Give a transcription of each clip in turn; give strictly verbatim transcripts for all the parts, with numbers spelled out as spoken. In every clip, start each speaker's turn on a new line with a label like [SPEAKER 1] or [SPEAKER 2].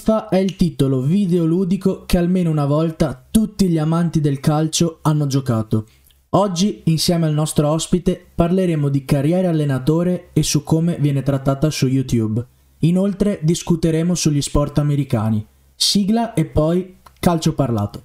[SPEAKER 1] FIFA è il titolo videoludico che almeno una volta tutti gli amanti del calcio hanno giocato. Oggi, insieme al nostro ospite, parleremo di carriera allenatore e su come viene trattata su YouTube. Inoltre discuteremo sugli sport americani. Sigla e poi calcio parlato.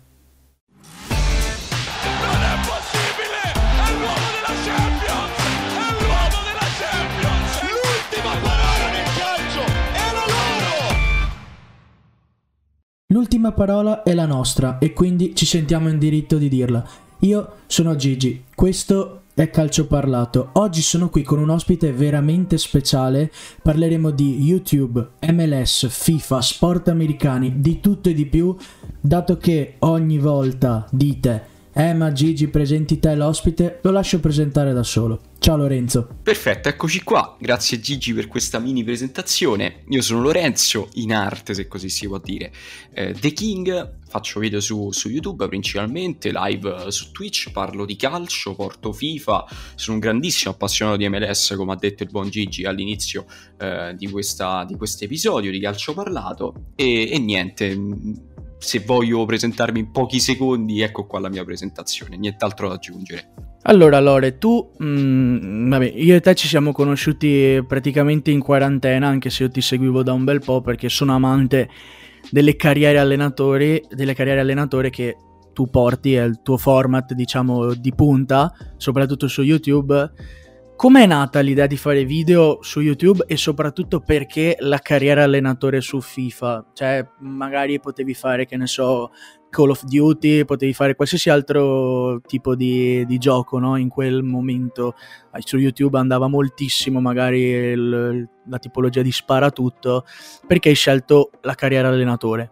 [SPEAKER 1] L'ultima parola è la nostra e quindi ci sentiamo in diritto di dirla. Io sono Gigi, questo è Calcio Parlato. Oggi sono qui con un ospite veramente speciale, parleremo di YouTube, M L S, FIFA, sport americani, di tutto e di più, dato che ogni volta dite Eh ma Gigi presenti te l'ospite, lo lascio presentare da solo. Ciao Lorenzo.
[SPEAKER 2] Perfetto, eccoci qua, grazie Gigi per questa mini presentazione. Io sono Lorenzo, in arte se così si può dire, eh, The King, faccio video su, su YouTube principalmente, live su Twitch, parlo di calcio, porto FIFA, sono un grandissimo appassionato di M L S come ha detto il buon Gigi all'inizio eh, di questa di questo episodio di Calcio Parlato e, e niente, se voglio presentarmi in pochi secondi, ecco qua la mia presentazione, nient'altro da aggiungere.
[SPEAKER 3] Allora Lore, tu, mh, vabbè, io e te ci siamo conosciuti praticamente in quarantena, anche se io ti seguivo da un bel po' perché sono amante delle carriere allenatori, delle carriere allenatore che tu porti, è il tuo format, diciamo, di punta, soprattutto su YouTube. Com'è nata l'idea di fare video su YouTube e soprattutto perché la carriera allenatore su FIFA? Cioè, magari potevi fare, che ne so, Call of Duty, potevi fare qualsiasi altro tipo di, di gioco, no? In quel momento su YouTube andava moltissimo magari il, la tipologia di sparatutto. Perché hai scelto la carriera allenatore?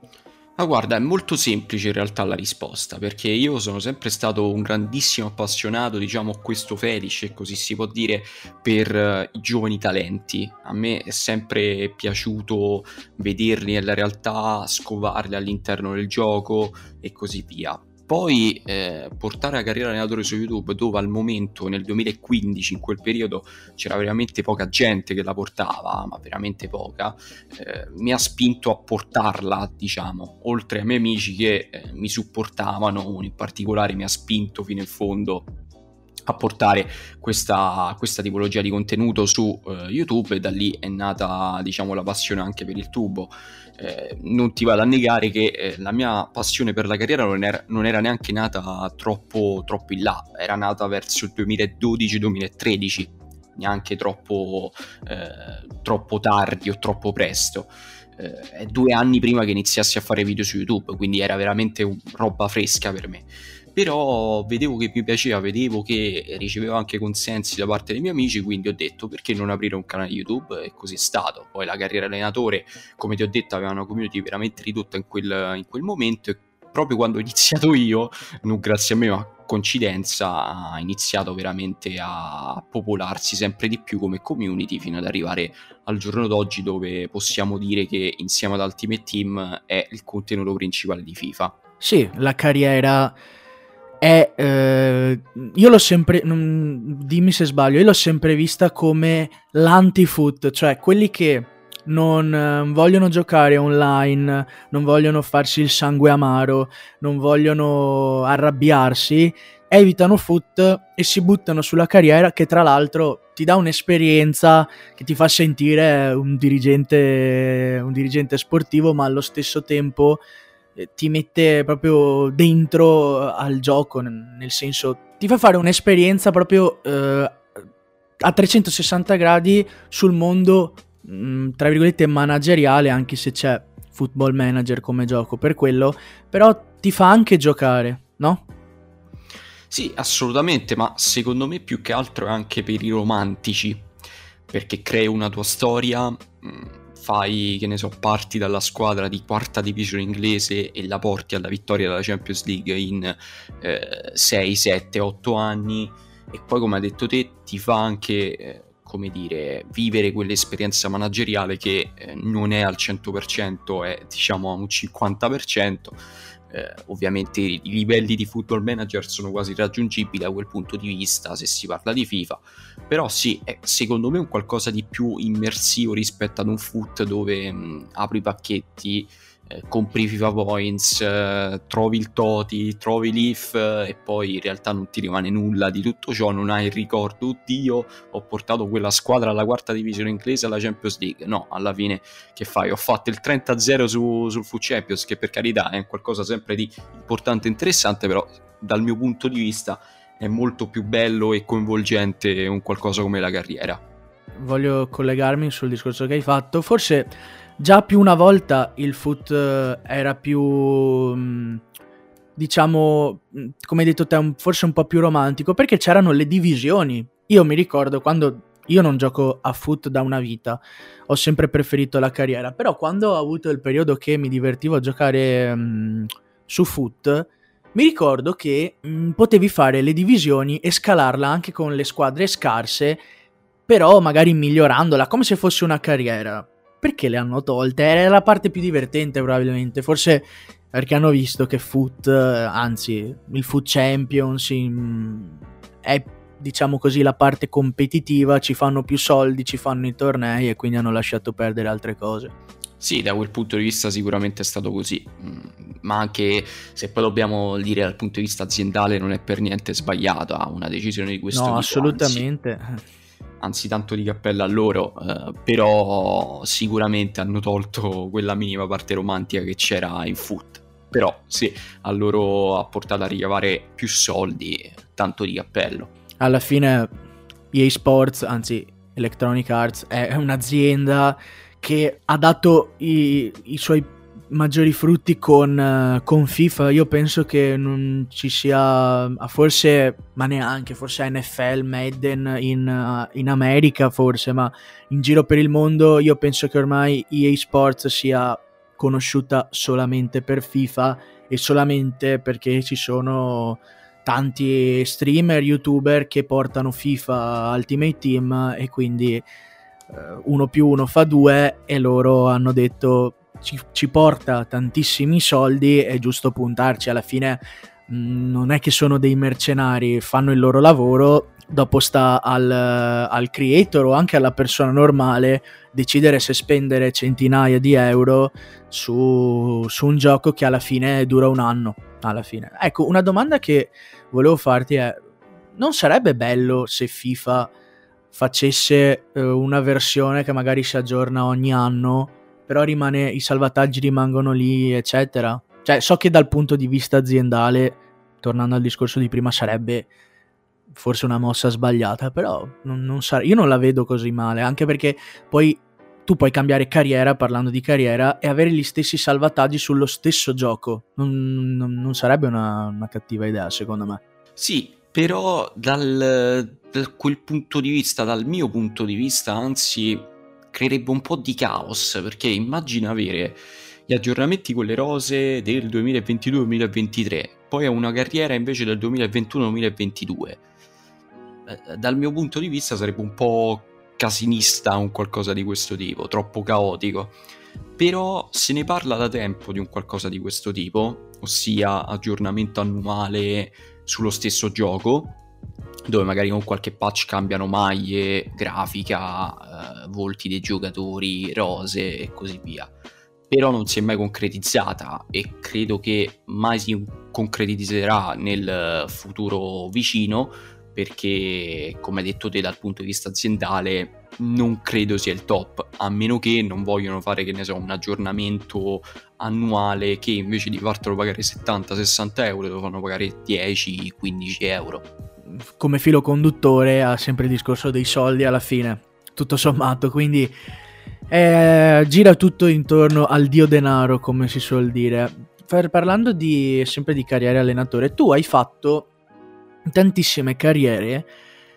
[SPEAKER 2] Ma guarda, è molto semplice in realtà la risposta, perché io sono sempre stato un grandissimo appassionato, diciamo, questo fetish, così si può dire, per uh, i giovani talenti. A me è sempre piaciuto vederli nella realtà, scovarli all'interno del gioco e così via. Poi eh, portare la carriera allenatore su YouTube, dove al momento nel duemilaquindici, in quel periodo c'era veramente poca gente che la portava, ma veramente poca, eh, mi ha spinto a portarla, diciamo, oltre ai miei amici che eh, mi supportavano, uno in particolare mi ha spinto fino in fondo a portare questa, questa tipologia di contenuto su uh, YouTube, e da lì è nata, diciamo, la passione anche per il tubo. Eh, non ti vado a negare che eh, la mia passione per la carriera non era, non era neanche nata troppo, troppo in là, era nata verso il duemiladodici duemilatredici, neanche troppo, eh, troppo tardi o troppo presto. Eh, due anni prima che iniziassi a fare video su YouTube, quindi era veramente un, roba fresca per me. Però vedevo che mi piaceva, vedevo che ricevevo anche consensi da parte dei miei amici, quindi ho detto perché non aprire un canale YouTube, e così è stato. Poi la carriera allenatore, come ti ho detto, aveva una community veramente ridotta in quel, in quel momento, e proprio quando ho iniziato io, non grazie a me ma coincidenza, ha iniziato veramente a popolarsi sempre di più come community, fino ad arrivare al giorno d'oggi, dove possiamo dire che insieme ad Ultimate Team è il contenuto principale di FIFA.
[SPEAKER 3] Sì, la carriera è, eh, io l'ho sempre, non, dimmi se sbaglio, io l'ho sempre vista come l'anti-foot, cioè quelli che non eh, vogliono giocare online, non vogliono farsi il sangue amaro, non vogliono arrabbiarsi, evitano foot e si buttano sulla carriera, che tra l'altro ti dà un'esperienza che ti fa sentire un dirigente, un dirigente sportivo, ma allo stesso tempo ti mette proprio dentro al gioco, nel senso ti fa fare un'esperienza proprio eh, a trecentosessanta gradi sul mondo, mh, tra virgolette manageriale, anche se c'è Football Manager come gioco per quello, però ti fa anche giocare, no?
[SPEAKER 2] Sì, assolutamente, ma secondo me più che altro è anche per i romantici, perché crei una tua storia, mh, fai, che ne so, parti dalla squadra di quarta divisione inglese e la porti alla vittoria della Champions League in eh, sei, sette, otto anni, e poi, come hai detto te, ti fa anche, eh, come dire, vivere quell'esperienza manageriale che eh, non è al cento per cento, è diciamo a un cinquanta per cento, eh, ovviamente i livelli di Football Manager sono quasi raggiungibili da quel punto di vista se si parla di FIFA, però sì, è secondo me un qualcosa di più immersivo rispetto ad un foot dove mh, apri i pacchetti, Eh, compri FIFA Points, eh, trovi il Toti, trovi l'I F eh, e poi in realtà non ti rimane nulla di tutto ciò, non hai il ricordo, oddio ho portato quella squadra alla quarta divisione inglese alla Champions League. No, alla fine che fai? Ho fatto il trenta a zero su, sul Foot Champions, che per carità è qualcosa sempre di importante e interessante, però dal mio punto di vista è molto più bello e coinvolgente un qualcosa come la carriera.
[SPEAKER 3] Voglio collegarmi sul discorso che hai fatto. Forse già più una volta il foot era più, diciamo, come hai detto te, forse un po' più romantico, perché c'erano le divisioni. Io mi ricordo quando io non gioco a foot da una vita, ho sempre preferito la carriera, però quando ho avuto il periodo che mi divertivo a giocare um, su foot, mi ricordo che um, potevi fare le divisioni e scalarla anche con le squadre scarse, però magari migliorandola come se fosse una carriera. Perché le hanno tolte? Era la parte più divertente probabilmente, forse perché hanno visto che Foot, anzi il Foot Champions in, è, diciamo così, la parte competitiva, ci fanno più soldi, ci fanno i tornei e quindi hanno lasciato perdere altre cose.
[SPEAKER 2] Sì, da quel punto di vista sicuramente è stato così, ma anche se poi dobbiamo dire dal punto di vista aziendale non è per niente sbagliata una decisione di questo
[SPEAKER 3] no,
[SPEAKER 2] tipo.
[SPEAKER 3] Assolutamente.
[SPEAKER 2] Anzi, anzi tanto di cappello a loro, eh, però sicuramente hanno tolto quella minima parte romantica che c'era in foot, però sì, a loro ha portato a ricavare più soldi, tanto di cappello.
[SPEAKER 3] Alla fine E A Sports, anzi Electronic Arts, è un'azienda che ha dato i, i suoi maggiori frutti con, uh, con FIFA. Io penso che non ci sia, forse, ma neanche, forse N F L, Madden in, uh, in America forse, ma in giro per il mondo io penso che ormai E A Sports sia conosciuta solamente per FIFA e solamente perché ci sono tanti streamer, youtuber che portano FIFA Ultimate Team e quindi uh, uno più uno fa due e loro hanno detto Ci, ci porta tantissimi soldi, è giusto puntarci. Alla fine mh, non è che sono dei mercenari, fanno il loro lavoro, dopo sta al, al creator o anche alla persona normale decidere se spendere centinaia di euro su, su un gioco che alla fine dura un anno. Alla fine, ecco, una domanda che volevo farti è: non sarebbe bello se FIFA facesse eh, una versione che magari si aggiorna ogni anno, però rimane, i salvataggi rimangono lì, eccetera? Cioè, so che dal punto di vista aziendale, tornando al discorso di prima, sarebbe forse una mossa sbagliata, però non, non sare- io non la vedo così male, anche perché poi tu puoi cambiare carriera, parlando di carriera, e avere gli stessi salvataggi sullo stesso gioco. Non, non, non sarebbe una, una cattiva idea, secondo me.
[SPEAKER 2] Sì, però dal, da quel punto di vista, dal mio punto di vista, anzi, creerebbe un po' di caos, perché immagina avere gli aggiornamenti con le rose del duemilaventidue duemilaventitré, poi una carriera invece del duemilaventuno duemilaventidue. Eh, dal mio punto di vista sarebbe un po' casinista un qualcosa di questo tipo, troppo caotico. Però se ne parla da tempo di un qualcosa di questo tipo, ossia aggiornamento annuale sullo stesso gioco, dove magari con qualche patch cambiano maglie, grafica, eh, volti dei giocatori, rose e così via. Però non si è mai concretizzata e credo che mai si concretizzerà nel futuro vicino, perché, come hai detto te, dal punto di vista aziendale non credo sia il top, a meno che non vogliono fare, che ne so, un aggiornamento annuale che invece di fartelo pagare settanta sessanta euro lo fanno pagare dieci quindici euro.
[SPEAKER 3] Come filo conduttore ha sempre il discorso dei soldi alla fine, tutto sommato, quindi eh, gira tutto intorno al dio denaro, come si suol dire. Per, parlando di sempre di carriere allenatore, tu hai fatto tantissime carriere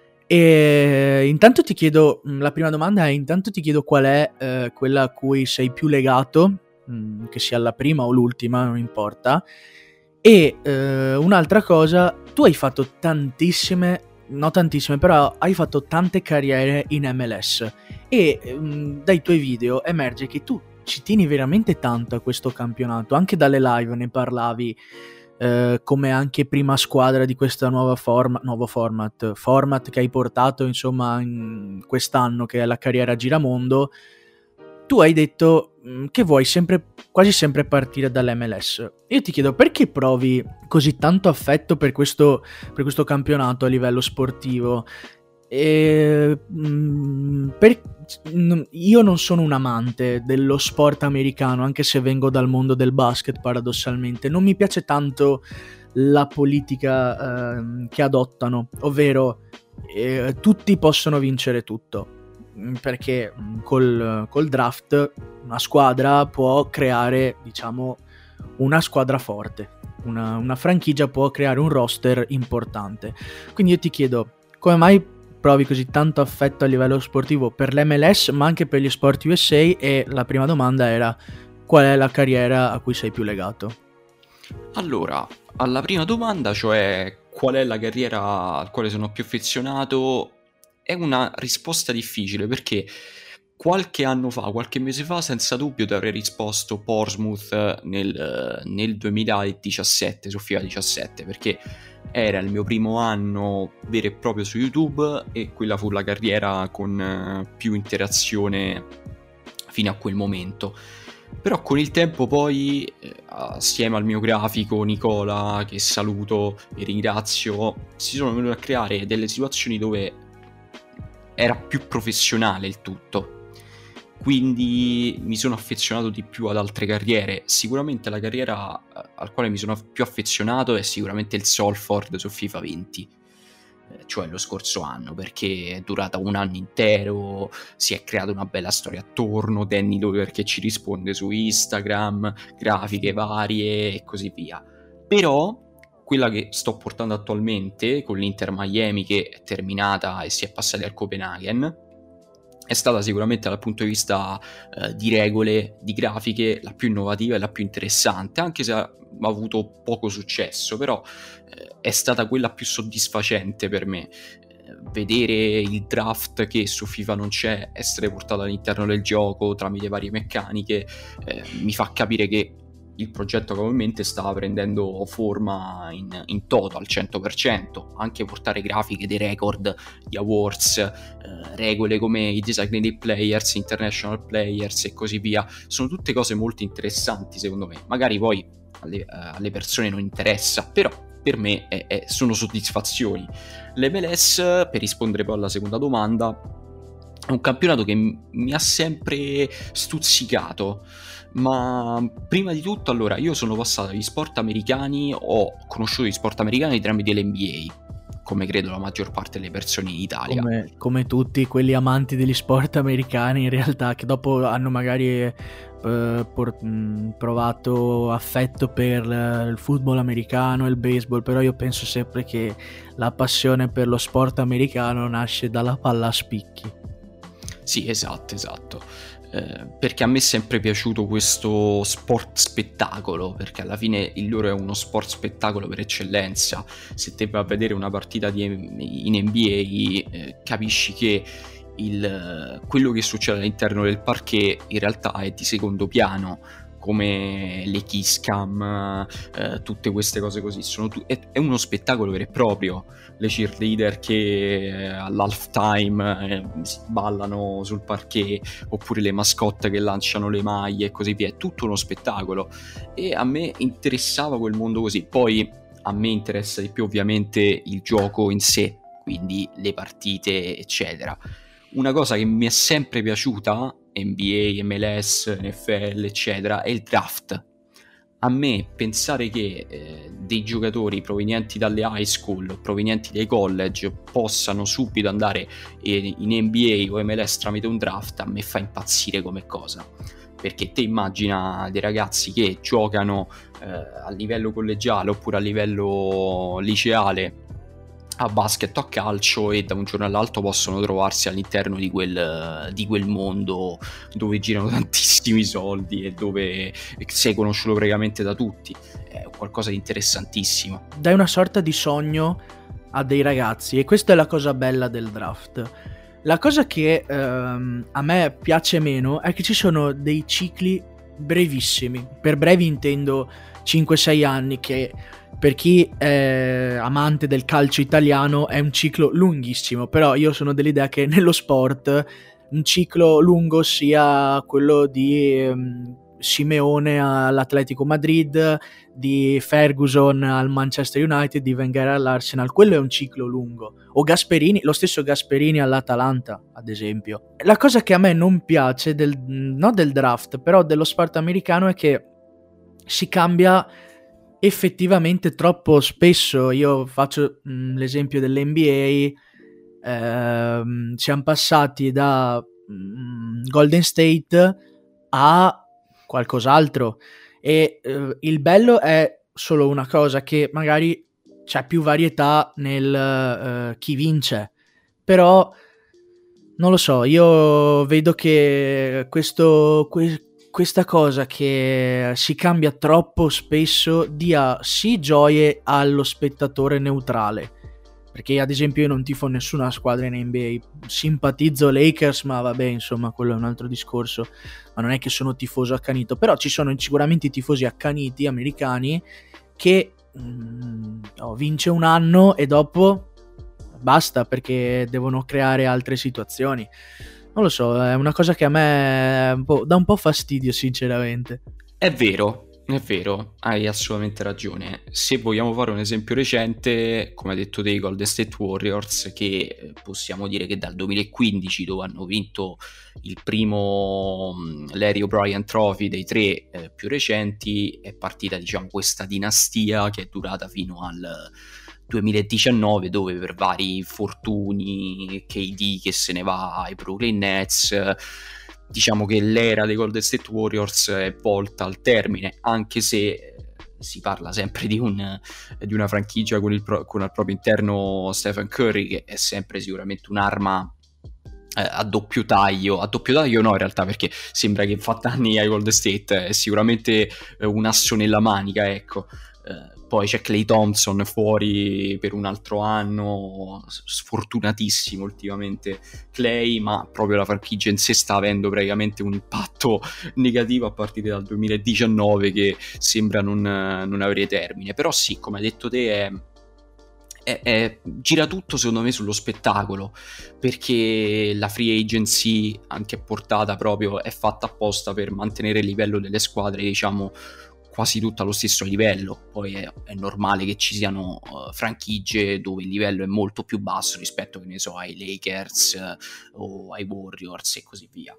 [SPEAKER 3] e intanto ti chiedo, la prima domanda è, intanto ti chiedo qual è eh, quella a cui sei più legato, mh, che sia la prima o l'ultima, non importa. E eh, un'altra cosa, tu hai fatto tantissime, no tantissime, però hai fatto tante carriere in M L S e mh, dai tuoi video emerge che tu ci tieni veramente tanto a questo campionato, anche dalle live ne parlavi, eh, come anche prima squadra di questa nuova forma, nuovo format, format che hai portato insomma in quest'anno, che è la carriera Giramondo. Tu hai detto mh, che vuoi sempre, quasi sempre partire dall'M L S. Io ti chiedo, perché provi così tanto affetto per questo, per questo campionato a livello sportivo? E, mh, per, mh, io non sono un amante dello sport americano, anche se vengo dal mondo del basket paradossalmente. Non mi piace tanto la politica eh, che adottano, ovvero eh, tutti possono vincere tutto, perché col, col draft una squadra può creare, diciamo, una squadra forte, una, una franchigia può creare un roster importante. Quindi io ti chiedo, come mai provi così tanto affetto a livello sportivo per l'M L S ma anche per gli sport U S A? E la prima domanda era: qual è la carriera a cui sei più legato?
[SPEAKER 2] Allora, alla prima domanda, cioè qual è la carriera al quale sono più affezionato, è una risposta difficile, perché qualche anno fa, qualche mese fa, senza dubbio ti avrei risposto Portsmouth nel, nel duemiladiciassette, su FIFA diciassette, perché era il mio primo anno vero e proprio su YouTube e quella fu la carriera con più interazione fino a quel momento. Però con il tempo poi, assieme al mio grafico Nicola, che saluto e ringrazio, si sono venute a creare delle situazioni dove era più professionale il tutto, quindi mi sono affezionato di più ad altre carriere. Sicuramente la carriera al quale mi sono più affezionato è sicuramente il Salford su FIFA venti, cioè lo scorso anno, perché è durata un anno intero, si è creata una bella storia attorno, Danny Lover che ci risponde su Instagram, grafiche varie e così via. Però quella che sto portando attualmente con l'Inter Miami, che è terminata e si è passati al Copenaghen, è stata sicuramente dal punto di vista eh, di regole, di grafiche, la più innovativa e la più interessante, anche se ha avuto poco successo, però eh, è stata quella più soddisfacente per me. Eh, vedere il draft che su FIFA non c'è essere portato all'interno del gioco tramite varie meccaniche eh, mi fa capire che il progetto che ho in mente stava prendendo forma in, in toto, al cento per cento. Anche portare grafiche dei record, gli awards, eh, regole come i designated players, international players e così via, sono tutte cose molto interessanti secondo me. Magari poi alle, uh, alle persone non interessa, però per me è, è, sono soddisfazioni. L'M L S, per rispondere poi alla seconda domanda, è un campionato che m- mi ha sempre stuzzicato. Ma prima di tutto, allora, io sono passato agli sport americani, ho conosciuto gli sport americani tramite l'N B A, come credo la maggior parte delle persone in Italia.
[SPEAKER 3] Come, come tutti quelli amanti degli sport americani, in realtà, che dopo hanno magari eh, por- mh, provato affetto per il football americano e il baseball, però io penso sempre che la passione per lo sport americano nasce dalla palla a spicchi.
[SPEAKER 2] Sì, esatto, esatto. Eh, perché a me è sempre piaciuto questo sport spettacolo, perché alla fine il loro è uno sport spettacolo per eccellenza. Se te vai a vedere una partita di, in N B A eh, capisci che il, quello che succede all'interno del parquet in realtà è di secondo piano, come le kiss cam, eh, tutte queste cose così. Sono tu- è, è uno spettacolo vero e proprio. Le cheerleader che eh, all'halftime eh, ballano sul parquet, oppure le mascotte che lanciano le maglie e così via. È tutto uno spettacolo e a me interessava quel mondo così. Poi a me interessa di più ovviamente il gioco in sé, quindi le partite eccetera. Una cosa che mi è sempre piaciuta, N B A, M L S, N F L eccetera, è il draft. A me pensare che eh, dei giocatori provenienti dalle high school, provenienti dai college, possano subito andare in, in N B A o M L S tramite un draft, a me fa impazzire come cosa. Perché te immagina dei ragazzi che giocano eh, a livello collegiale oppure a livello liceale a basket o a calcio e da un giorno all'altro possono trovarsi all'interno di quel, di quel mondo dove girano tantissimi soldi e dove sei conosciuto praticamente da tutti. È qualcosa di interessantissimo.
[SPEAKER 3] Dai una sorta di sogno a dei ragazzi, e questa è la cosa bella del draft. La cosa che ehm, a me piace meno è che ci sono dei cicli brevissimi. Per brevi intendo cinque sei anni, che per chi è amante del calcio italiano è un ciclo lunghissimo, però io sono dell'idea che nello sport un ciclo lungo sia quello di ehm, Simeone all'Atletico Madrid, di Ferguson al Manchester United, di Wenger all'Arsenal. Quello è un ciclo lungo. O Gasperini, lo stesso Gasperini all'Atalanta, ad esempio. La cosa che a me non piace del, non del draft, però dello sport americano, è che si cambia effettivamente troppo spesso. Io faccio mh, l'esempio dell'N B A. Ehm, siamo passati da mh, Golden State a qualcos'altro, e eh, il bello è solo una cosa, che magari c'è più varietà nel uh, chi vince, però non lo so, io vedo che questo que- questa cosa che si cambia troppo spesso dia sì gioie allo spettatore neutrale, perché ad esempio io non tifo nessuna squadra in N B A, simpatizzo Lakers, ma vabbè, insomma, quello è un altro discorso, ma non è che sono tifoso accanito. Però ci sono sicuramente i tifosi accaniti americani che mm, oh, vince un anno e dopo basta, perché devono creare altre situazioni. Non lo so, è una cosa che a me un po', dà un po' fastidio, sinceramente.
[SPEAKER 2] È vero. È vero, hai assolutamente ragione. Se vogliamo fare un esempio recente, come hai detto te, i Golden State Warriors, che possiamo dire che dal duemilaquindici, dove hanno vinto il primo Larry O'Brien Trophy dei tre eh, più recenti, è partita, diciamo, questa dinastia che è durata fino al duemiladiciannove, dove per vari infortuni, K D che se ne va ai Brooklyn Nets, diciamo che l'era dei Golden State Warriors è volta al termine, anche se si parla sempre di, un, di una franchigia con, il pro, con al proprio interno Stephen Curry, che è sempre sicuramente un'arma eh, a doppio taglio, a doppio taglio no in realtà, perché sembra che fa danni ai Golden State, è sicuramente eh, un asso nella manica, ecco. Eh, poi c'è Klay Thompson fuori per un altro anno, sfortunatissimo ultimamente Klay, ma proprio la franchigia in sé sta avendo praticamente un impatto negativo a partire dal duemiladiciannove, che sembra non, non avere termine. Però sì, come hai detto te, è, è, è, gira tutto secondo me sullo spettacolo, perché la free agency, anche portata proprio, è fatta apposta per mantenere il livello delle squadre, diciamo, quasi tutto allo stesso livello. Poi è, è normale che ci siano uh, franchigie dove il livello è molto più basso rispetto, che ne so, ai Lakers uh, o ai Warriors e così via.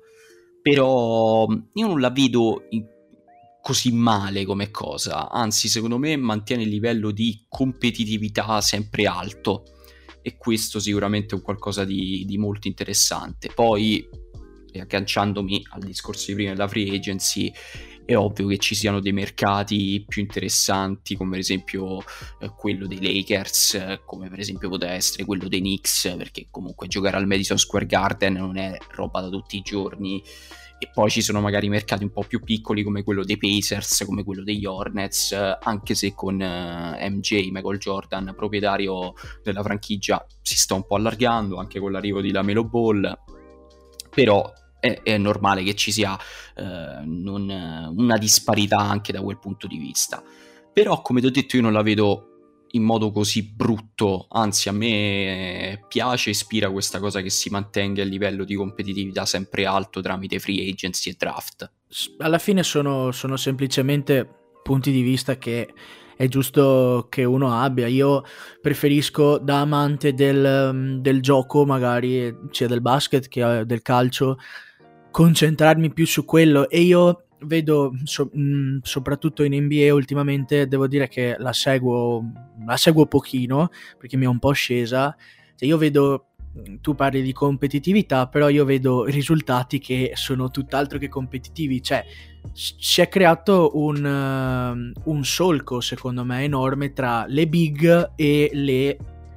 [SPEAKER 2] Però io non la vedo in, così male come cosa, anzi secondo me mantiene il livello di competitività sempre alto, e questo sicuramente è un qualcosa di, di molto interessante. Poi, agganciandomi al discorso di prima della free agency, è ovvio che ci siano dei mercati più interessanti, come per esempio eh, quello dei Lakers, eh, come per esempio poteva essere quello dei Knicks, perché comunque giocare al Madison Square Garden non è roba da tutti i giorni. E poi ci sono magari mercati un po' più piccoli, come quello dei Pacers, come quello degli Hornets, eh, anche se con eh, M J, Michael Jordan, proprietario della franchigia, si sta un po' allargando, anche con l'arrivo di LaMelo Ball. Però È, è normale che ci sia eh, non, una disparità anche da quel punto di vista. Però, come ti ho detto, io non la vedo in modo così brutto, anzi a me piace, ispira questa cosa che si mantenga il livello di competitività sempre alto tramite free agency e draft.
[SPEAKER 3] Alla fine sono, sono semplicemente punti di vista che è giusto che uno abbia. Io preferisco, da amante del, del gioco, magari sia del basket che del calcio, concentrarmi più su quello, e io vedo so, mh, soprattutto in N B A ultimamente, devo dire che la seguo la seguo pochino perché mi è un po' scesa. Cioè, io vedo, tu parli di competitività, però io vedo risultati che sono tutt'altro che competitivi. Cioè si è creato un, uh, un solco, secondo me, enorme tra le big e le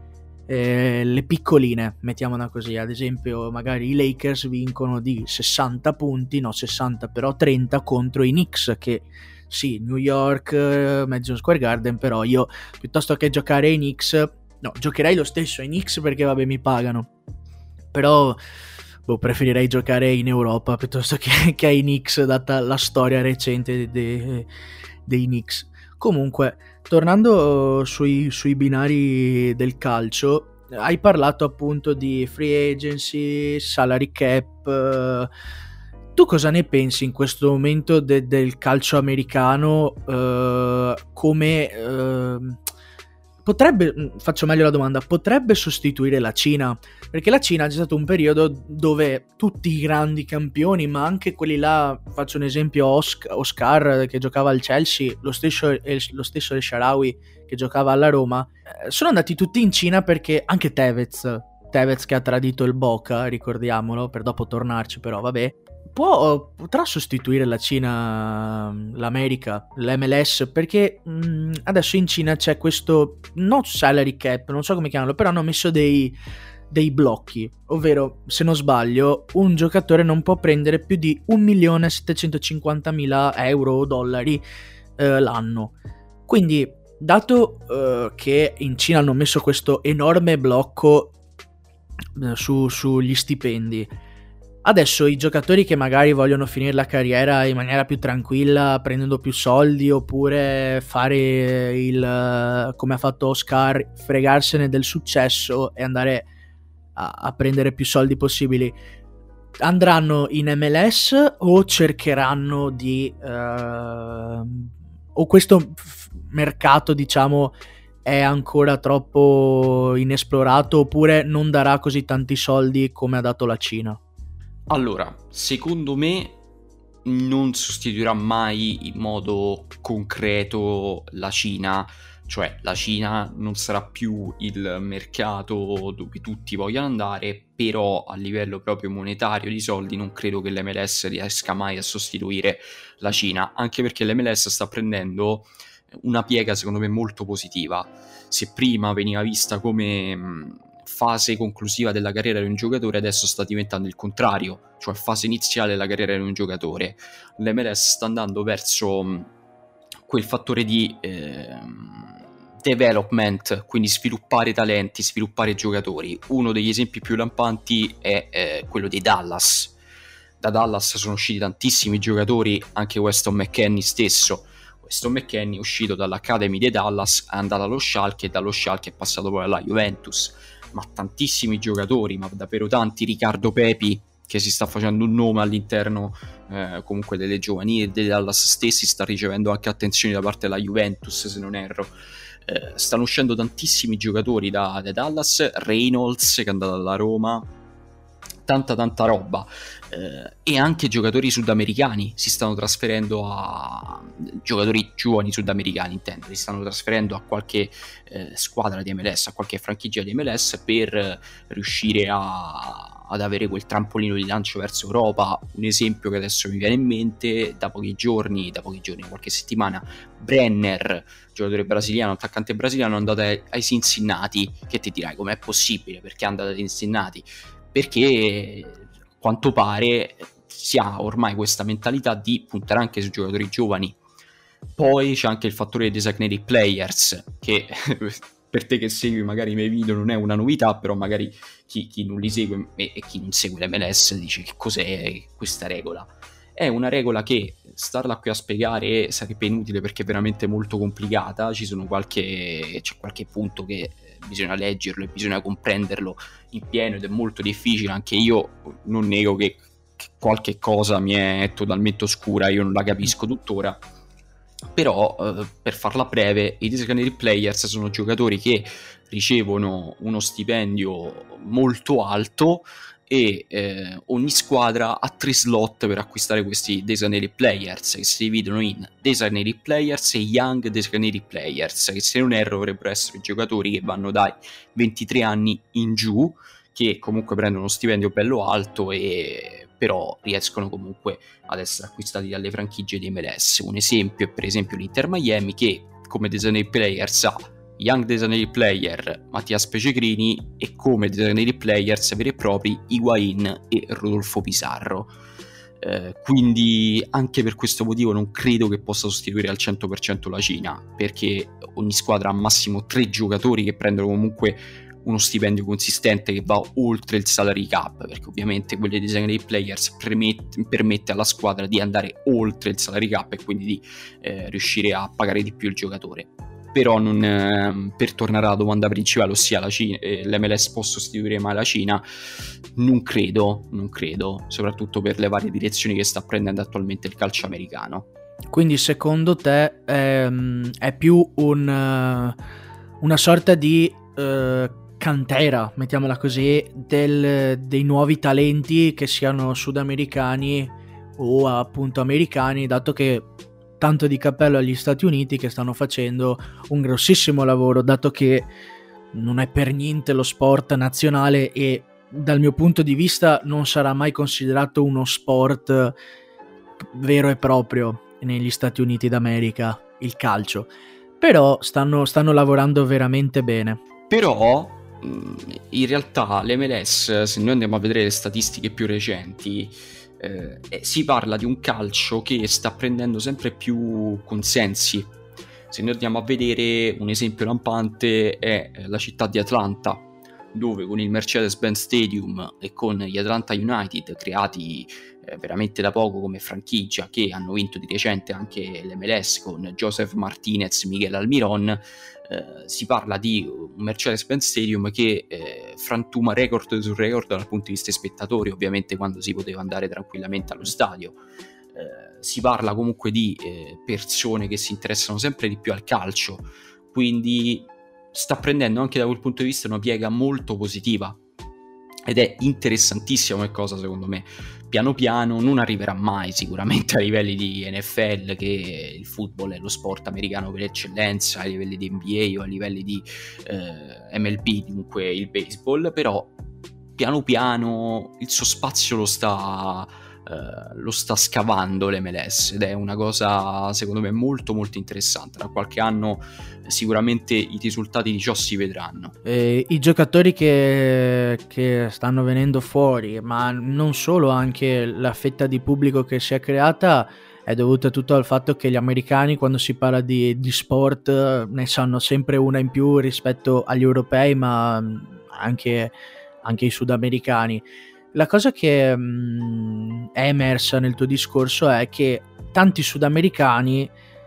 [SPEAKER 3] Eh, le piccoline, mettiamola così. Ad esempio, magari i Lakers vincono di sessanta punti, no sessanta però trenta, contro i Knicks, che sì, New York, Madison Square Garden, però io piuttosto che giocare ai Knicks, no, giocherei lo stesso ai Knicks perché vabbè mi pagano, però boh, preferirei giocare in Europa piuttosto che, che ai Knicks, data la storia recente dei, dei Knicks. Comunque, tornando sui, sui binari del calcio, hai parlato appunto di free agency, salary cap. Tu cosa ne pensi in questo momento de- del calcio americano? Uh, come uh, potrebbe, faccio meglio la domanda, potrebbe sostituire la Cina? Perché la Cina c'è stato un periodo dove tutti i grandi campioni, ma anche quelli là, faccio un esempio, Oscar, Oscar che giocava al Chelsea, lo stesso, lo stesso El Shaarawy che giocava alla Roma, eh, sono andati tutti in Cina, perché anche Tevez, Tevez che ha tradito il Boca, ricordiamolo, per dopo tornarci, però vabbè, può, potrà sostituire la Cina, l'America, l'M L S, perché mh, adesso in Cina c'è questo, non salary cap, non so come chiamarlo, però hanno messo dei, dei blocchi, ovvero, se non sbaglio, un giocatore non può prendere più di un milione settecentocinquantamila euro o dollari eh, l'anno. Quindi, dato eh, che in Cina hanno messo questo enorme blocco eh, su, sugli stipendi, adesso i giocatori che magari vogliono finire la carriera in maniera più tranquilla, prendendo più soldi, oppure fare il, come ha fatto Oscar, fregarsene del successo e andare a, a prendere più soldi possibili, andranno in M L S o cercheranno di uh, o questo f- mercato, diciamo, è ancora troppo inesplorato, oppure non darà così tanti soldi come ha dato la Cina?
[SPEAKER 2] Allora, secondo me non sostituirà mai in modo concreto la Cina, cioè la Cina non sarà più il mercato dove tutti vogliono andare, però a livello proprio monetario di soldi non credo che l'M L S riesca mai a sostituire la Cina, anche perché l'M L S sta prendendo una piega secondo me molto positiva. Se prima veniva vista come mh, fase conclusiva della carriera di un giocatore, adesso sta diventando il contrario, cioè fase iniziale della carriera di un giocatore. L'M L S sta andando verso mh, quel fattore di eh, development, quindi sviluppare talenti, sviluppare giocatori. Uno degli esempi più lampanti è eh, quello dei Dallas. Da Dallas sono usciti tantissimi giocatori, anche Weston McKennie stesso. Weston McKennie è uscito dall'Academy dei Dallas, è andato allo Schalke e dallo Schalke è passato poi alla Juventus. Ma tantissimi giocatori, ma davvero tanti. Riccardo Pepi, che si sta facendo un nome all'interno eh, comunque delle giovanili e dei Dallas stessi, sta ricevendo anche attenzioni da parte della Juventus, se non erro. Eh, stanno uscendo tantissimi giocatori da, da Dallas, Reynolds che è andato alla Roma, tanta tanta roba, eh, e anche giocatori sudamericani si stanno trasferendo a giocatori giovani sudamericani, intendo, si stanno trasferendo a qualche eh, squadra di M L S, a qualche franchigia di M L S per eh, riuscire a, ad avere quel trampolino di lancio verso Europa. Un esempio che adesso mi viene in mente, da pochi giorni, da pochi giorni, qualche settimana, Brenner, giocatore brasiliano, attaccante brasiliano, è andato ai, ai Cincinnati. Che ti dirai, com'è possibile? Perché è andato ai Cincinnati? Perché a quanto pare si ha ormai questa mentalità di puntare anche su giocatori giovani. Poi c'è anche il fattore dei designated players, che per te che segui magari i miei video non è una novità, però magari chi, chi non li segue e, e chi non segue l'M L S dice che cos'è questa regola. È una regola che starla qui a spiegare sarebbe inutile, perché è veramente molto complicata. Ci sono qualche c'è qualche punto che bisogna leggerlo e bisogna comprenderlo in pieno, ed è molto difficile. Anche io non nego che, che qualche cosa mi è totalmente oscura, io non la capisco tuttora. Però eh, per farla breve, i designated players sono giocatori che ricevono uno stipendio molto alto e eh, ogni squadra ha tre slot per acquistare questi designated players, che si dividono in designated players e young designated players, che se non erro dovrebbero essere giocatori che vanno dai ventitré anni in giù, che comunque prendono uno stipendio bello alto e però riescono comunque ad essere acquistati dalle franchigie di M L S. Un esempio è per esempio l'Inter Miami, che come designated players ha young designated player Mattias Pecegrini e come designated players veri e propri Higuain e Rodolfo Pizarro. Eh, quindi anche per questo motivo non credo che possa sostituire al cento per cento la Cina, perché ogni squadra ha al massimo tre giocatori che prendono comunque uno stipendio consistente che va oltre il salary cap, perché ovviamente quelle designated players permette, permette alla squadra di andare oltre il salary cap e quindi di eh, riuscire a pagare di più il giocatore. Però non, eh, per tornare alla domanda principale, ossia la Cina, eh, l'M L S può sostituire mai la Cina, non credo, non credo, soprattutto per le varie direzioni che sta prendendo attualmente il calcio americano.
[SPEAKER 3] Quindi secondo te è, è più un, una sorta di uh, cantera, mettiamola così, del, dei nuovi talenti, che siano sudamericani o appunto americani, dato che tanto di cappello agli Stati Uniti, che stanno facendo un grossissimo lavoro, dato che non è per niente lo sport nazionale e dal mio punto di vista non sarà mai considerato uno sport vero e proprio negli Stati Uniti d'America, il calcio. Però stanno, stanno lavorando veramente bene.
[SPEAKER 2] Però in realtà l'M L S, se noi andiamo a vedere le statistiche più recenti, Eh, si parla di un calcio che sta prendendo sempre più consensi. Se noi andiamo a vedere, un esempio lampante è la città di Atlanta, dove con il Mercedes-Benz Stadium e con gli Atlanta United, creati eh, veramente da poco come franchigia, che hanno vinto di recente anche l'M L S con Joseph Martinez, Miguel Almiron, eh, si parla di un Mercedes-Benz Stadium che eh, frantuma record su record dal punto di vista dei spettatori, ovviamente quando si poteva andare tranquillamente allo stadio. Eh, si parla comunque di eh, persone che si interessano sempre di più al calcio, quindi sta prendendo anche da quel punto di vista una piega molto positiva, ed è interessantissima come cosa, secondo me. Piano piano non arriverà mai sicuramente a livelli di N F L, che il football è lo sport americano per eccellenza, a livelli di N B A o a livelli di eh, M L B, dunque il baseball, però piano piano il suo spazio lo sta Uh, lo sta scavando l'M L S, ed è una cosa secondo me molto molto interessante. Tra qualche anno sicuramente i risultati di ciò si vedranno.
[SPEAKER 3] E i giocatori che, che stanno venendo fuori, ma non solo, anche la fetta di pubblico che si è creata è dovuta tutto al fatto che gli americani, quando si parla di, di sport, ne sanno sempre una in più rispetto agli europei, ma anche, anche i sudamericani. La cosa che mh, è emersa nel tuo discorso è che tanti sudamericani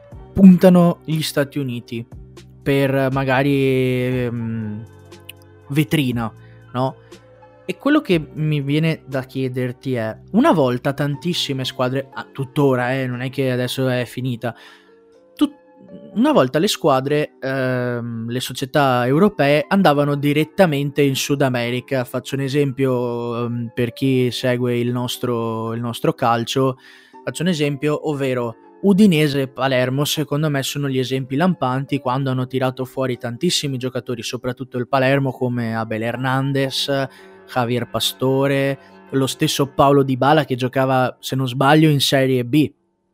[SPEAKER 3] puntano gli Stati Uniti per magari mh, vetrina, no? E quello che mi viene da chiederti è, una volta tantissime squadre, ah, tuttora, eh, non è che adesso è finita, tut- una volta le squadre, ehm, le società europee andavano direttamente in Sud America. Faccio un esempio ehm, per chi segue il nostro, il nostro calcio, faccio un esempio, ovvero Udinese e Palermo, secondo me sono gli esempi lampanti, quando hanno tirato fuori tantissimi giocatori, soprattutto il Palermo, come Abel Hernandez, Javier Pastore, lo stesso Paulo Dybala, che giocava, se non sbaglio, in Serie B,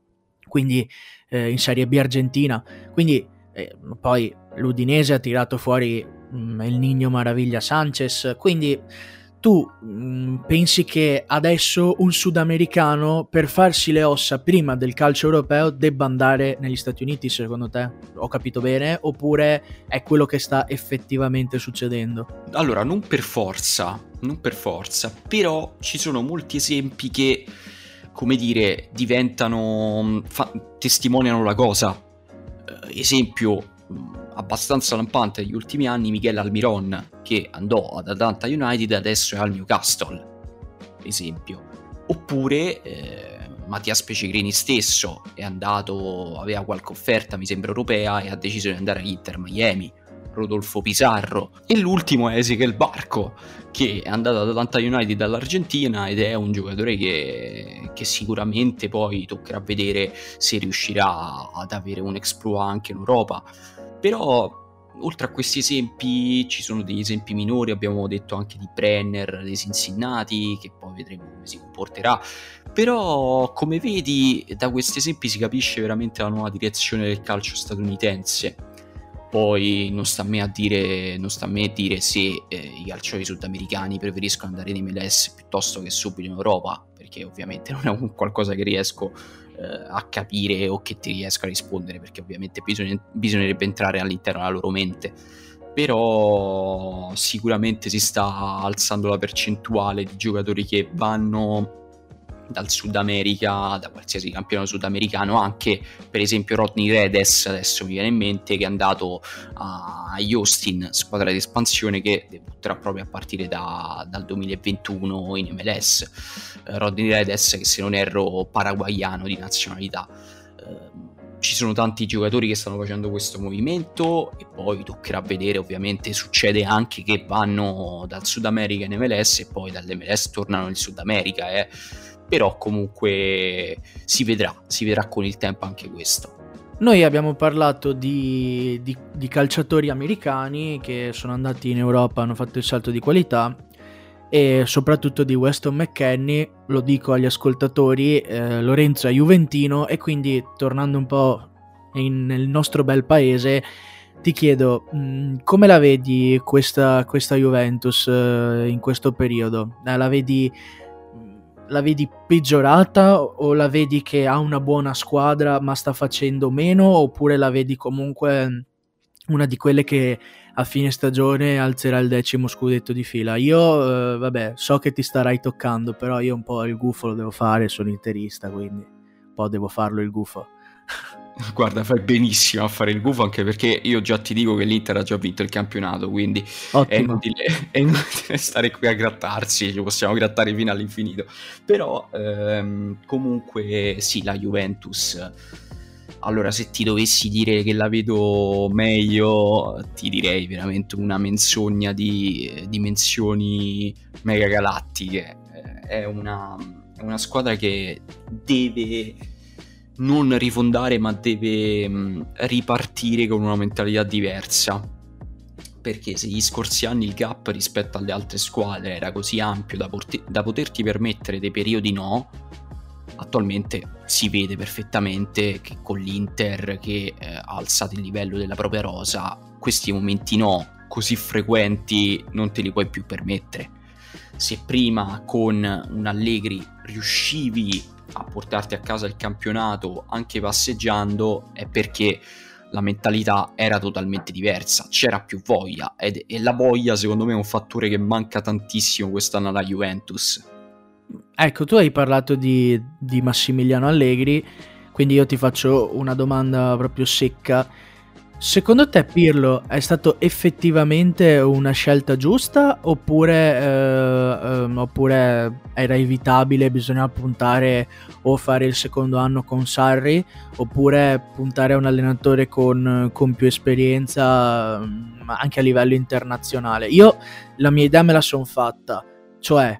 [SPEAKER 3] quindi eh, in Serie B argentina, quindi eh, poi l'Udinese ha tirato fuori mh, il Niño Maraviglia Sanchez. Quindi tu mh, pensi che adesso un sudamericano, per farsi le ossa prima del calcio europeo, debba andare negli Stati Uniti, secondo te? Ho capito bene? Oppure è quello che sta effettivamente succedendo?
[SPEAKER 2] Allora, non per forza, non per forza, però ci sono molti esempi che, come dire, diventano, fa, testimoniano la cosa. Uh, esempio abbastanza lampante negli ultimi anni, Miguel Almiron, che andò ad Atlanta United e adesso è al Newcastle, esempio. Oppure eh, Mattias Pecegrini stesso è andato, aveva qualche offerta, mi sembra europea, e ha deciso di andare all'Inter Miami. Rodolfo Pizarro. E l'ultimo è Ezequiel Barco, che è andato ad Atlanta United dall'Argentina ed è un giocatore che, che sicuramente poi toccherà vedere se riuscirà ad avere un exploit anche in Europa. Però oltre a questi esempi ci sono degli esempi minori, abbiamo detto anche di Brenner dei Cincinnati, che poi vedremo come si comporterà. Però come vedi, da questi esempi si capisce veramente la nuova direzione del calcio statunitense. Poi non sta a me a dire, non sta a me a dire se eh, i calciatori sudamericani preferiscono andare in M L S piuttosto che subito in Europa, perché ovviamente non è un qualcosa che riesco eh, a capire o che ti riesco a rispondere, perché ovviamente bisogna, bisognerebbe entrare all'interno della loro mente. però sicuramente si sta alzando la percentuale di giocatori che vanno dal Sud America, da qualsiasi campionato sudamericano, anche per esempio Rodney Redes, adesso mi viene in mente, che è andato a Austin, squadra di espansione, che debutterà proprio a partire da, dal duemilaventuno in M L S. eh, Rodney Redes, che se non erro paraguaiano di nazionalità. eh, Ci sono tanti giocatori che stanno facendo questo movimento, e poi toccherà vedere, ovviamente succede anche che vanno dal Sud America in M L S e poi dall'M L S tornano in Sud America, eh. però comunque si vedrà, si vedrà con il tempo anche questo.
[SPEAKER 3] Noi abbiamo parlato di, di, di calciatori americani che sono andati in Europa, hanno fatto il salto di qualità, e soprattutto di Weston McKennie. Lo dico agli ascoltatori, eh, Lorenzo è juventino, e quindi tornando un po' in, nel nostro bel paese, ti chiedo mh, come la vedi questa, questa Juventus eh, in questo periodo? Eh, la vedi la vedi peggiorata, o la vedi che ha una buona squadra ma sta facendo meno, oppure la vedi comunque una di quelle che a fine stagione alzerà il decimo scudetto di fila? Io, eh, vabbè, so che ti starai toccando, però io un po' il gufo lo devo fare, sono interista, quindi un po' devo farlo il gufo.
[SPEAKER 2] Guarda, fai benissimo a fare il gufo, anche perché io già ti dico che l'Inter ha già vinto il campionato, quindi è inutile, è inutile stare qui a grattarsi, ci possiamo grattare fino all'infinito. Però ehm, comunque sì, la Juventus, allora se ti dovessi dire che la vedo meglio, ti direi veramente una menzogna di dimensioni mega galattiche. È una, è una squadra che deve non rifondare, ma deve mh, ripartire con una mentalità diversa, perché se gli scorsi anni il gap rispetto alle altre squadre era così ampio da, porti- da poterti permettere dei periodi no, attualmente si vede perfettamente che con l'Inter che eh, ha alzato il livello della propria rosa, questi momenti no così frequenti non te li puoi più permettere. Se prima con un Allegri riuscivi a portarti a casa il campionato anche passeggiando, è perché la mentalità era totalmente diversa, c'era più voglia, ed, e la voglia secondo me è un fattore che manca tantissimo quest'anno alla Juventus.
[SPEAKER 3] Ecco, tu hai parlato di, di Massimiliano Allegri, quindi io ti faccio una domanda proprio secca. Secondo te Pirlo è stato effettivamente una scelta giusta, oppure, eh, eh, oppure era evitabile, bisognava puntare o fare il secondo anno con Sarri, oppure puntare a un allenatore con, con più esperienza, ma anche a livello internazionale? Io la mia idea me la son fatta, cioè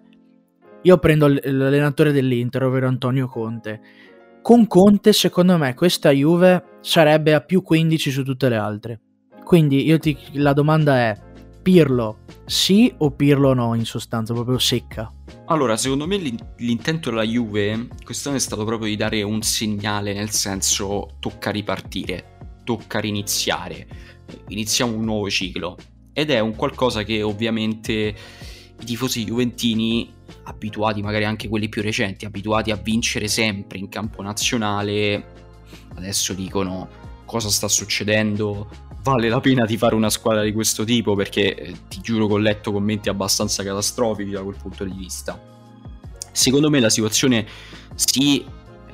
[SPEAKER 3] io prendo l'allenatore dell'Inter, ovvero Antonio Conte. Con Conte, secondo me, questa Juve sarebbe a più quindici su tutte le altre. Quindi io ti, la domanda è: Pirlo sì o Pirlo no, in sostanza, proprio secca?
[SPEAKER 2] Allora, secondo me l'intento della Juve quest'anno è stato proprio di dare un segnale, nel senso tocca ripartire, tocca riniziare, iniziamo un nuovo ciclo, ed è un qualcosa che ovviamente i tifosi juventini, abituati magari anche quelli più recenti, abituati a vincere sempre in campo nazionale, adesso dicono: cosa sta succedendo? Vale la pena di fare una squadra di questo tipo? Perché eh, ti giuro che ho letto commenti abbastanza catastrofici da quel punto di vista. Secondo me la situazione sì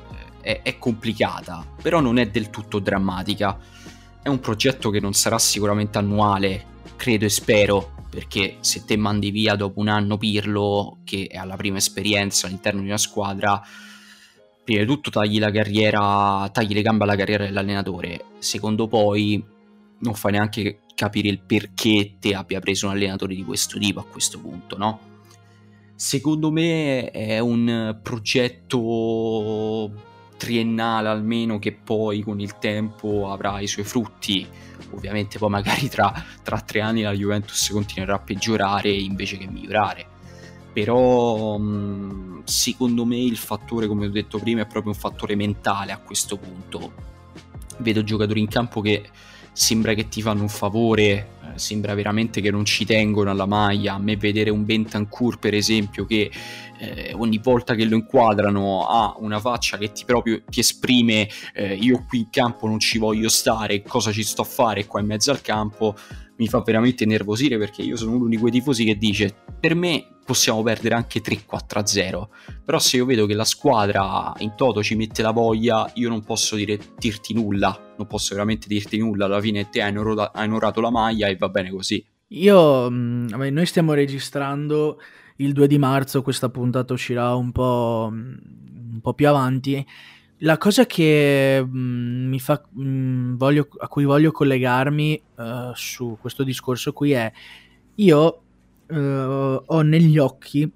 [SPEAKER 2] è, è complicata, però non è del tutto drammatica. È un progetto che non sarà sicuramente annuale, credo e spero, perché se te mandi via dopo un anno Pirlo, che è alla prima esperienza all'interno di una squadra, prima di tutto tagli la carriera, tagli le gambe alla carriera dell'allenatore, secondo poi non fai neanche capire il perché te abbia preso un allenatore di questo tipo a questo punto, no? Secondo me è un progetto triennale almeno, che poi con il tempo avrà i suoi frutti. Ovviamente poi magari tra, tra tre anni la Juventus continuerà a peggiorare invece che migliorare, però mh, secondo me il fattore, come ho detto prima, è proprio un fattore mentale a questo punto. Vedo giocatori in campo che sembra che ti fanno un favore, eh, sembra veramente che non ci tengono alla maglia. A me vedere un Bentancur per esempio che eh, ogni volta che lo inquadrano ha una faccia che ti proprio ti esprime eh, io qui in campo non ci voglio stare, cosa ci sto a fare qua in mezzo al campo, mi fa veramente nervosire, perché io sono uno di quei tifosi che dice: per me possiamo perdere anche tre quattro a zero, però se io vedo che la squadra in toto ci mette la voglia, io non posso dire dirti nulla, non posso veramente dirti nulla. Alla fine te hai onorato, hai onorato la maglia e va bene così.
[SPEAKER 3] Io, mh, vabbè, noi stiamo registrando il due di marzo, questa puntata uscirà un po', mh, un po' più avanti. La cosa che mh, mi fa, mh, voglio, a cui voglio collegarmi uh, su questo discorso qui è: io uh, ho negli occhi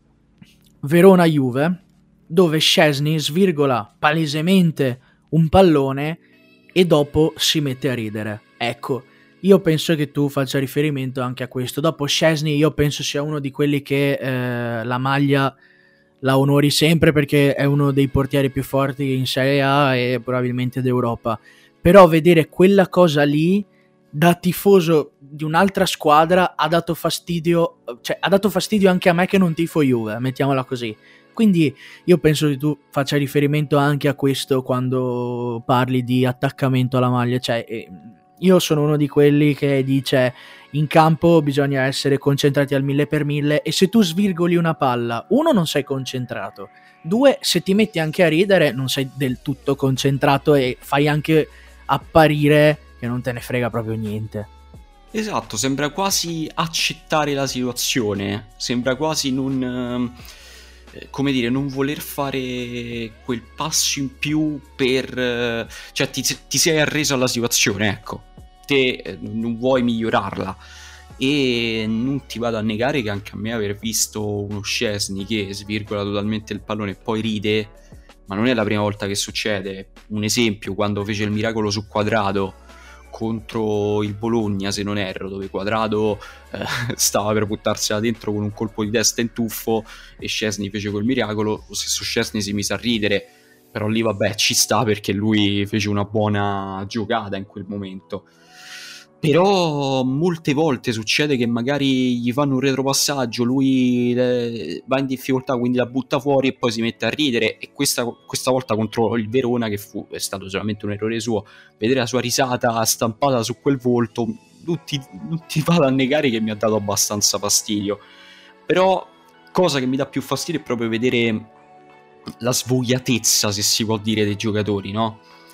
[SPEAKER 3] Verona-Juve, dove Szczesny svirgola palesemente un pallone e dopo si mette a ridere. Ecco, io penso che tu faccia riferimento anche a questo. Dopo Szczesny io penso sia uno di quelli che eh, la maglia la onori sempre, perché è uno dei portieri più forti in Serie A e probabilmente d'Europa. Però vedere quella cosa lì da tifoso di un'altra squadra ha dato fastidio, cioè ha dato fastidio anche a me che non tifo Juve, mettiamola così. Quindi io penso che tu faccia riferimento anche a questo quando parli di attaccamento alla maglia. Cioè, io sono uno di quelli che dice: in campo bisogna essere concentrati al mille per mille, e se tu svirgoli una palla, uno, non sei concentrato, due, se ti metti anche a ridere non sei del tutto concentrato e fai anche apparire che non te ne frega proprio niente.
[SPEAKER 2] Esatto, sembra quasi accettare la situazione, sembra quasi non, eh, come dire, non voler fare quel passo in più per, eh, cioè ti, ti sei arreso alla situazione, ecco, te eh, non vuoi migliorarla. E non ti vado a negare che anche a me aver visto uno Szczesny che svirgola totalmente il pallone e poi ride, ma non è la prima volta che succede. Un esempio, quando fece il miracolo su Quadrado contro il Bologna, se non erro, dove Quadrado eh, stava per buttarsela dentro con un colpo di testa in tuffo e Szczesny fece quel miracolo, lo stesso Szczesny si mise a ridere, però lì vabbè ci sta perché lui fece una buona giocata in quel momento. Però molte volte succede che magari gli fanno un retropassaggio, lui eh, va in difficoltà, quindi la butta fuori e poi si mette a ridere. E questa, questa volta contro il Verona, che fu, è stato solamente un errore suo, vedere la sua risata stampata su quel volto, non ti, non ti vado a negare che mi ha dato abbastanza fastidio. Però cosa che mi dà più fastidio è proprio vedere la svogliatezza, se si può dire, dei giocatori, no?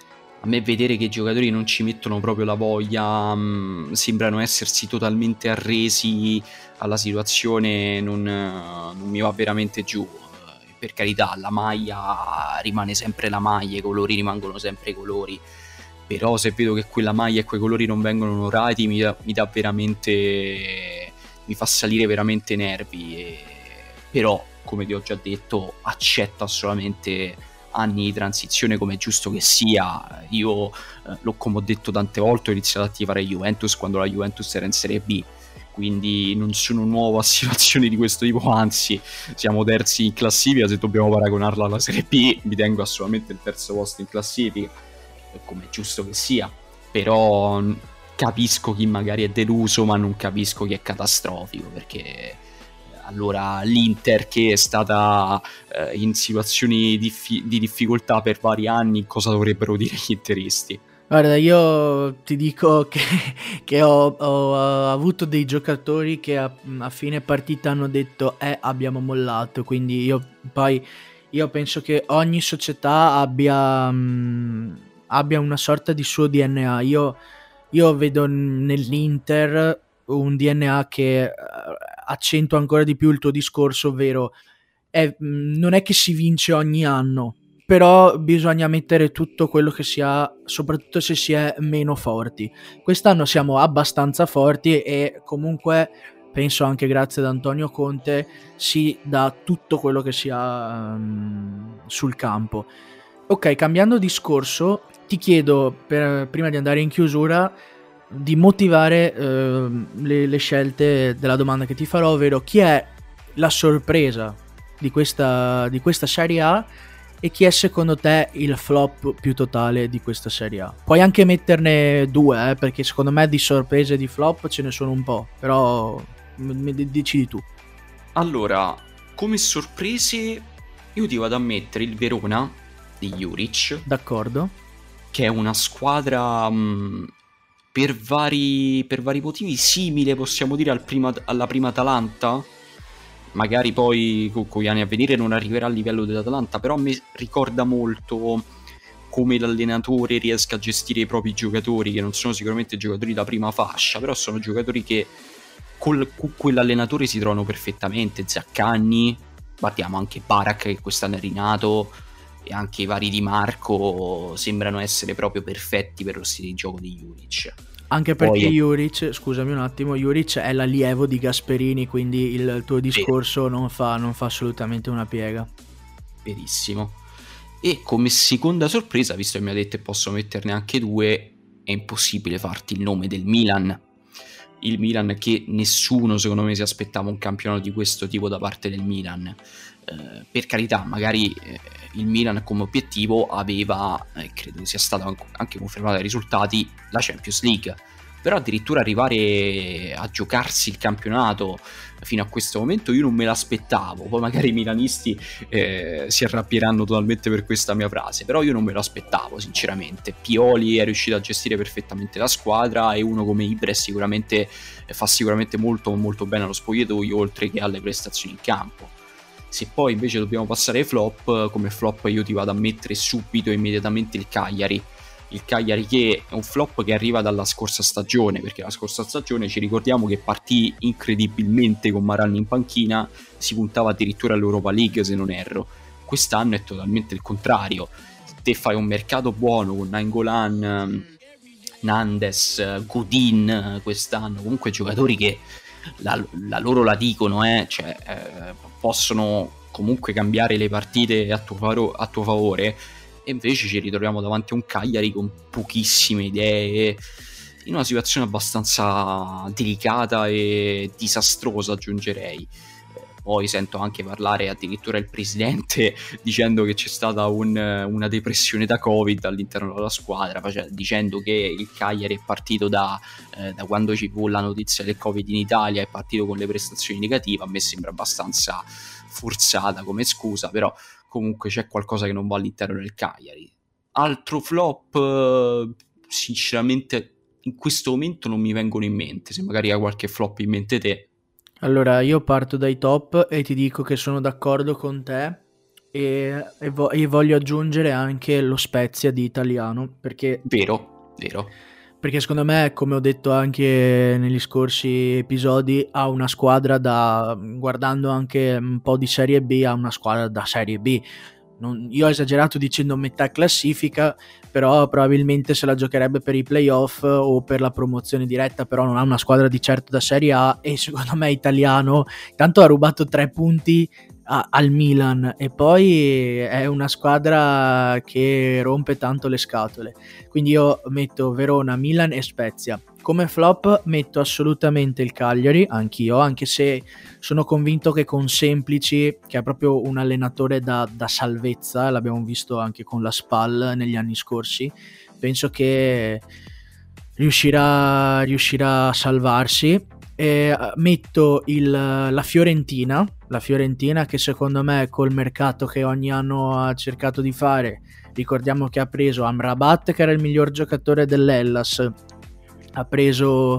[SPEAKER 2] A me vedere che i giocatori non ci mettono proprio la voglia, mh, sembrano essersi totalmente arresi alla situazione, non, non mi va veramente giù. Per carità, la maglia rimane sempre la maglia, i colori rimangono sempre i colori, però se vedo che quella maglia e quei colori non vengono onorati mi dà, mi dà veramente, mi fa salire veramente i nervi. E, però, come ti ho già detto, accetta solamente anni di transizione, come è giusto che sia. Io eh, l'ho, come ho detto tante volte, ho iniziato a tifare Juventus quando la Juventus era in Serie B, quindi non sono nuovo a situazioni di questo tipo, anzi siamo terzi in classifica. Se dobbiamo paragonarla alla Serie B, mi tengo assolutamente il terzo posto in classifica, come è giusto che sia. Però capisco chi magari è deluso, ma non capisco chi è catastrofico, perché allora l'Inter, che è stata eh, in situazioni diffi- di difficoltà per vari anni, cosa dovrebbero dire gli interisti?
[SPEAKER 3] Guarda, io ti dico che, che ho, ho avuto dei giocatori che a, a fine partita hanno detto eh abbiamo mollato, quindi io poi io penso che ogni società abbia, mh, abbia una sorta di suo D N A. Io, io vedo nell'Inter un D N A che accentua ancora di più il tuo discorso, ovvero è, non è che si vince ogni anno, però bisogna mettere tutto quello che si ha, soprattutto se si è meno forti. Quest'anno siamo abbastanza forti e comunque penso anche grazie ad Antonio Conte si dà tutto quello che si ha um, sul campo. Ok, cambiando discorso, ti chiedo, per, prima di andare in chiusura, di motivare eh, le, le scelte della domanda che ti farò, ovvero chi è la sorpresa di questa, di questa Serie A e chi è secondo te il flop più totale di questa Serie A. Puoi anche metterne due, eh, perché secondo me di sorprese e di flop ce ne sono un po', però m- m- decidi tu.
[SPEAKER 2] Allora, come sorprese io ti vado a mettere il Verona di Juric.
[SPEAKER 3] D'accordo.
[SPEAKER 2] Che è una squadra mh, per vari, per vari motivi simile, possiamo dire, al prima, alla prima Atalanta. Magari poi con, con gli anni a venire non arriverà al livello dell'Atalanta, però a me ricorda molto come l'allenatore riesca a gestire i propri giocatori, che non sono sicuramente giocatori da prima fascia, però sono giocatori che col, con quell'allenatore si trovano perfettamente. Zaccagni, guardiamo anche Barak che quest'anno è rinato, e anche i vari Di Marco sembrano essere proprio perfetti per lo stile di gioco di Juric.
[SPEAKER 3] Anche perché Poi... Juric, scusami un attimo, Juric è l'allievo di Gasperini, quindi il tuo discorso non fa, non fa assolutamente una piega.
[SPEAKER 2] Verissimo. E come seconda sorpresa, visto che mi ha detto che posso metterne anche due, è impossibile farti il nome del Milan. Il Milan che nessuno secondo me si aspettava un campionato di questo tipo da parte del Milan. Eh, per carità, magari eh, il Milan come obiettivo aveva, eh, credo sia stato anche confermato dai risultati, la Champions League, però addirittura arrivare a giocarsi il campionato fino a questo momento io non me l'aspettavo. Poi magari i milanisti eh, si arrabbieranno totalmente per questa mia frase, però io non me lo aspettavo sinceramente. Pioli è riuscito a gestire perfettamente la squadra e uno come Ibres sicuramente eh, fa sicuramente molto molto bene allo spogliatoio, oltre che alle prestazioni in campo. Se poi invece dobbiamo passare ai flop, come flop io ti vado a mettere subito e immediatamente il Cagliari. Il Cagliari che è un flop che arriva dalla scorsa stagione, perché la scorsa stagione ci ricordiamo che partì incredibilmente con Maralli in panchina, si puntava addirittura all'Europa League se non erro. Quest'anno è totalmente il contrario. Te fai un mercato buono con Nainggolan, Nandes, Godin quest'anno, comunque giocatori che la, la loro la dicono, eh, cioè eh, possono comunque cambiare le partite a tuo, faro, a tuo favore, e invece ci ritroviamo davanti a un Cagliari con pochissime idee, in una situazione abbastanza delicata e disastrosa, aggiungerei. Poi sento anche parlare addirittura il presidente dicendo che c'è stata un, una depressione da Covid all'interno della squadra, cioè dicendo che il Cagliari è partito da, eh, da quando ci fu la notizia del Covid in Italia, è partito con le prestazioni negative. A me sembra abbastanza forzata come scusa, però comunque c'è qualcosa che non va all'interno del Cagliari. Altro flop, sinceramente in questo momento non mi vengono in mente. Se magari hai qualche flop in mente te.
[SPEAKER 3] Allora, io parto dai top e ti dico che sono d'accordo con te e, e, vo- e voglio aggiungere anche lo Spezia di Italiano, perché...
[SPEAKER 2] Vero, vero.
[SPEAKER 3] Perché secondo me, come ho detto anche negli scorsi episodi, ha una squadra da... guardando anche un po' di Serie B, ha una squadra da Serie B. Non, io ho esagerato dicendo metà classifica, però probabilmente se la giocherebbe per i playoff o per la promozione diretta, però non ha una squadra di certo da Serie A. E secondo me Italiano tanto ha rubato tre punti a, al Milan, e poi è una squadra che rompe tanto le scatole, quindi io metto Verona, Milan e Spezia. Come flop metto assolutamente il Cagliari, anch'io, anche se sono convinto che con Semplici, che è proprio un allenatore da, da salvezza, l'abbiamo visto anche con la Spal negli anni scorsi, penso che riuscirà, riuscirà a salvarsi. E metto il, la Fiorentina, la Fiorentina che secondo me col mercato che ogni anno ha cercato di fare, ricordiamo che ha preso Amrabat che era il miglior giocatore dell'Hellas, ha preso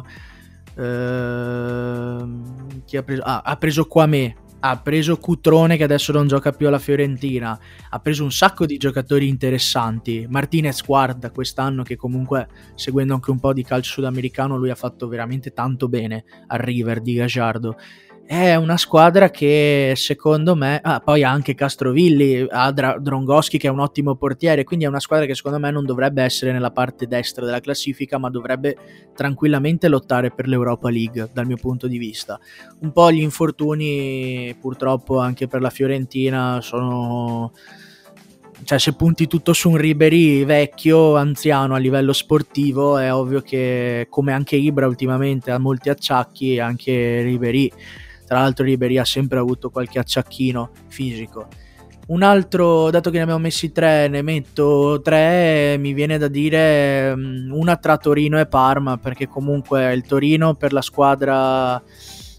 [SPEAKER 3] eh, chi ha preso? Ah, ha preso Quamé, ha preso Cutrone che adesso non gioca più alla Fiorentina, ha preso un sacco di giocatori interessanti. Martinez guarda quest'anno, che comunque seguendo anche un po' di calcio sudamericano lui ha fatto veramente tanto bene al River di Gagliardo. È una squadra che secondo me, ah, poi ha anche Castrovilli, ha Dra- Drongoschi che è un ottimo portiere, quindi è una squadra che secondo me non dovrebbe essere nella parte destra della classifica, ma dovrebbe tranquillamente lottare per l'Europa League dal mio punto di vista. Un po' gli infortuni purtroppo anche per la Fiorentina sono... cioè se punti tutto su un Ribéry vecchio, anziano a livello sportivo, è ovvio che, come anche Ibra ultimamente ha molti acciacchi, anche Ribéry. Tra l'altro Ribéry ha sempre avuto qualche acciacchino fisico. Un altro, dato che ne abbiamo messi tre, ne metto tre, mi viene da dire una tra Torino e Parma, perché comunque il Torino per la squadra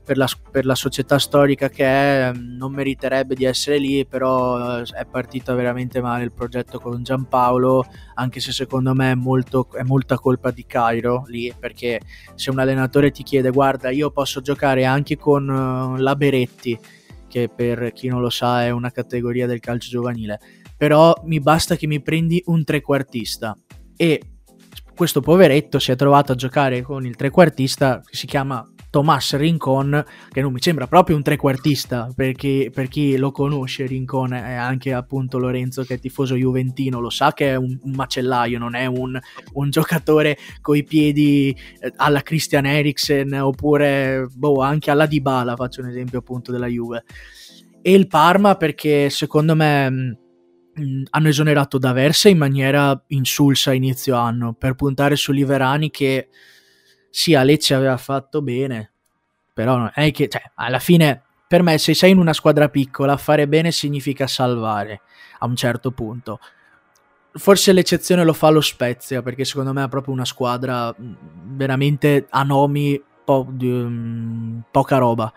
[SPEAKER 3] per la, per la società storica che è non meriterebbe di essere lì, però è partito veramente male il progetto con Giampaolo, anche se secondo me è, molto, è molta colpa di Cairo lì, perché se un allenatore ti chiede guarda io posso giocare anche con uh, la Beretti, che per chi non lo sa è una categoria del calcio giovanile, però mi basta che mi prendi un trequartista, e questo poveretto si è trovato a giocare con il trequartista che si chiama Tomás Rincón, che non mi sembra proprio un trequartista, perché per chi lo conosce Rincón, è anche appunto Lorenzo che è tifoso juventino, lo sa che è un, un macellaio, non è un, un giocatore coi piedi alla Christian Eriksen oppure boh, anche alla Dybala, faccio un esempio appunto della Juve. E il Parma perché secondo me mh, hanno esonerato D'Aversa in maniera insulsa a inizio anno per puntare su Liverani, che sì, a Lecce aveva fatto bene, però non è che, cioè, alla fine per me se sei in una squadra piccola fare bene significa salvare a un certo punto. Forse l'eccezione lo fa lo Spezia, perché secondo me è proprio una squadra veramente a nomi po- di, um, poca roba,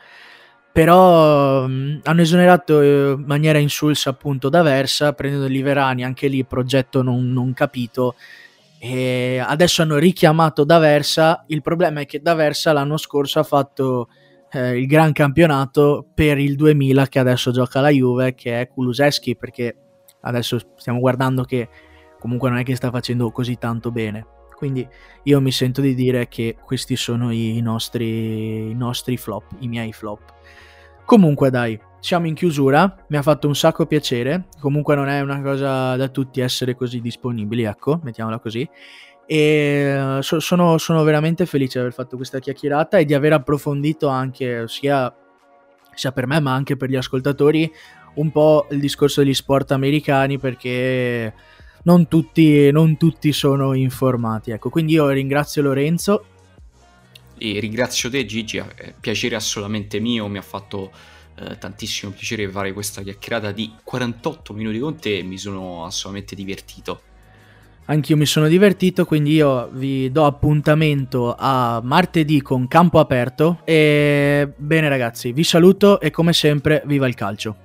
[SPEAKER 3] però um, hanno esonerato in maniera insulsa appunto D'Aversa prendendo Liverani, anche lì progetto non, non capito, e adesso hanno richiamato D'Aversa. Il problema è che D'Aversa l'anno scorso ha fatto eh, il gran campionato per il duemila che adesso gioca la Juve, che è Kulusevski, perché adesso stiamo guardando che comunque non è che sta facendo così tanto bene, quindi io mi sento di dire che questi sono i nostri, i nostri flop, i miei flop. Comunque dai, siamo in chiusura, mi ha fatto un sacco piacere, comunque non è una cosa da tutti essere così disponibili, ecco, mettiamola così, e so, sono, sono veramente felice di aver fatto questa chiacchierata e di aver approfondito anche, sia, sia per me ma anche per gli ascoltatori, un po' il discorso degli sport americani, perché non tutti, non tutti sono informati, ecco, quindi io ringrazio Lorenzo.
[SPEAKER 2] E ringrazio te Gigi, è piacere assolutamente mio, mi ha fatto eh, tantissimo piacere fare questa chiacchierata di quarantotto minuti con te e mi sono assolutamente divertito.
[SPEAKER 3] Anch'io mi sono divertito, quindi io vi do appuntamento a martedì con Campo Aperto e bene ragazzi, vi saluto e come sempre viva il calcio.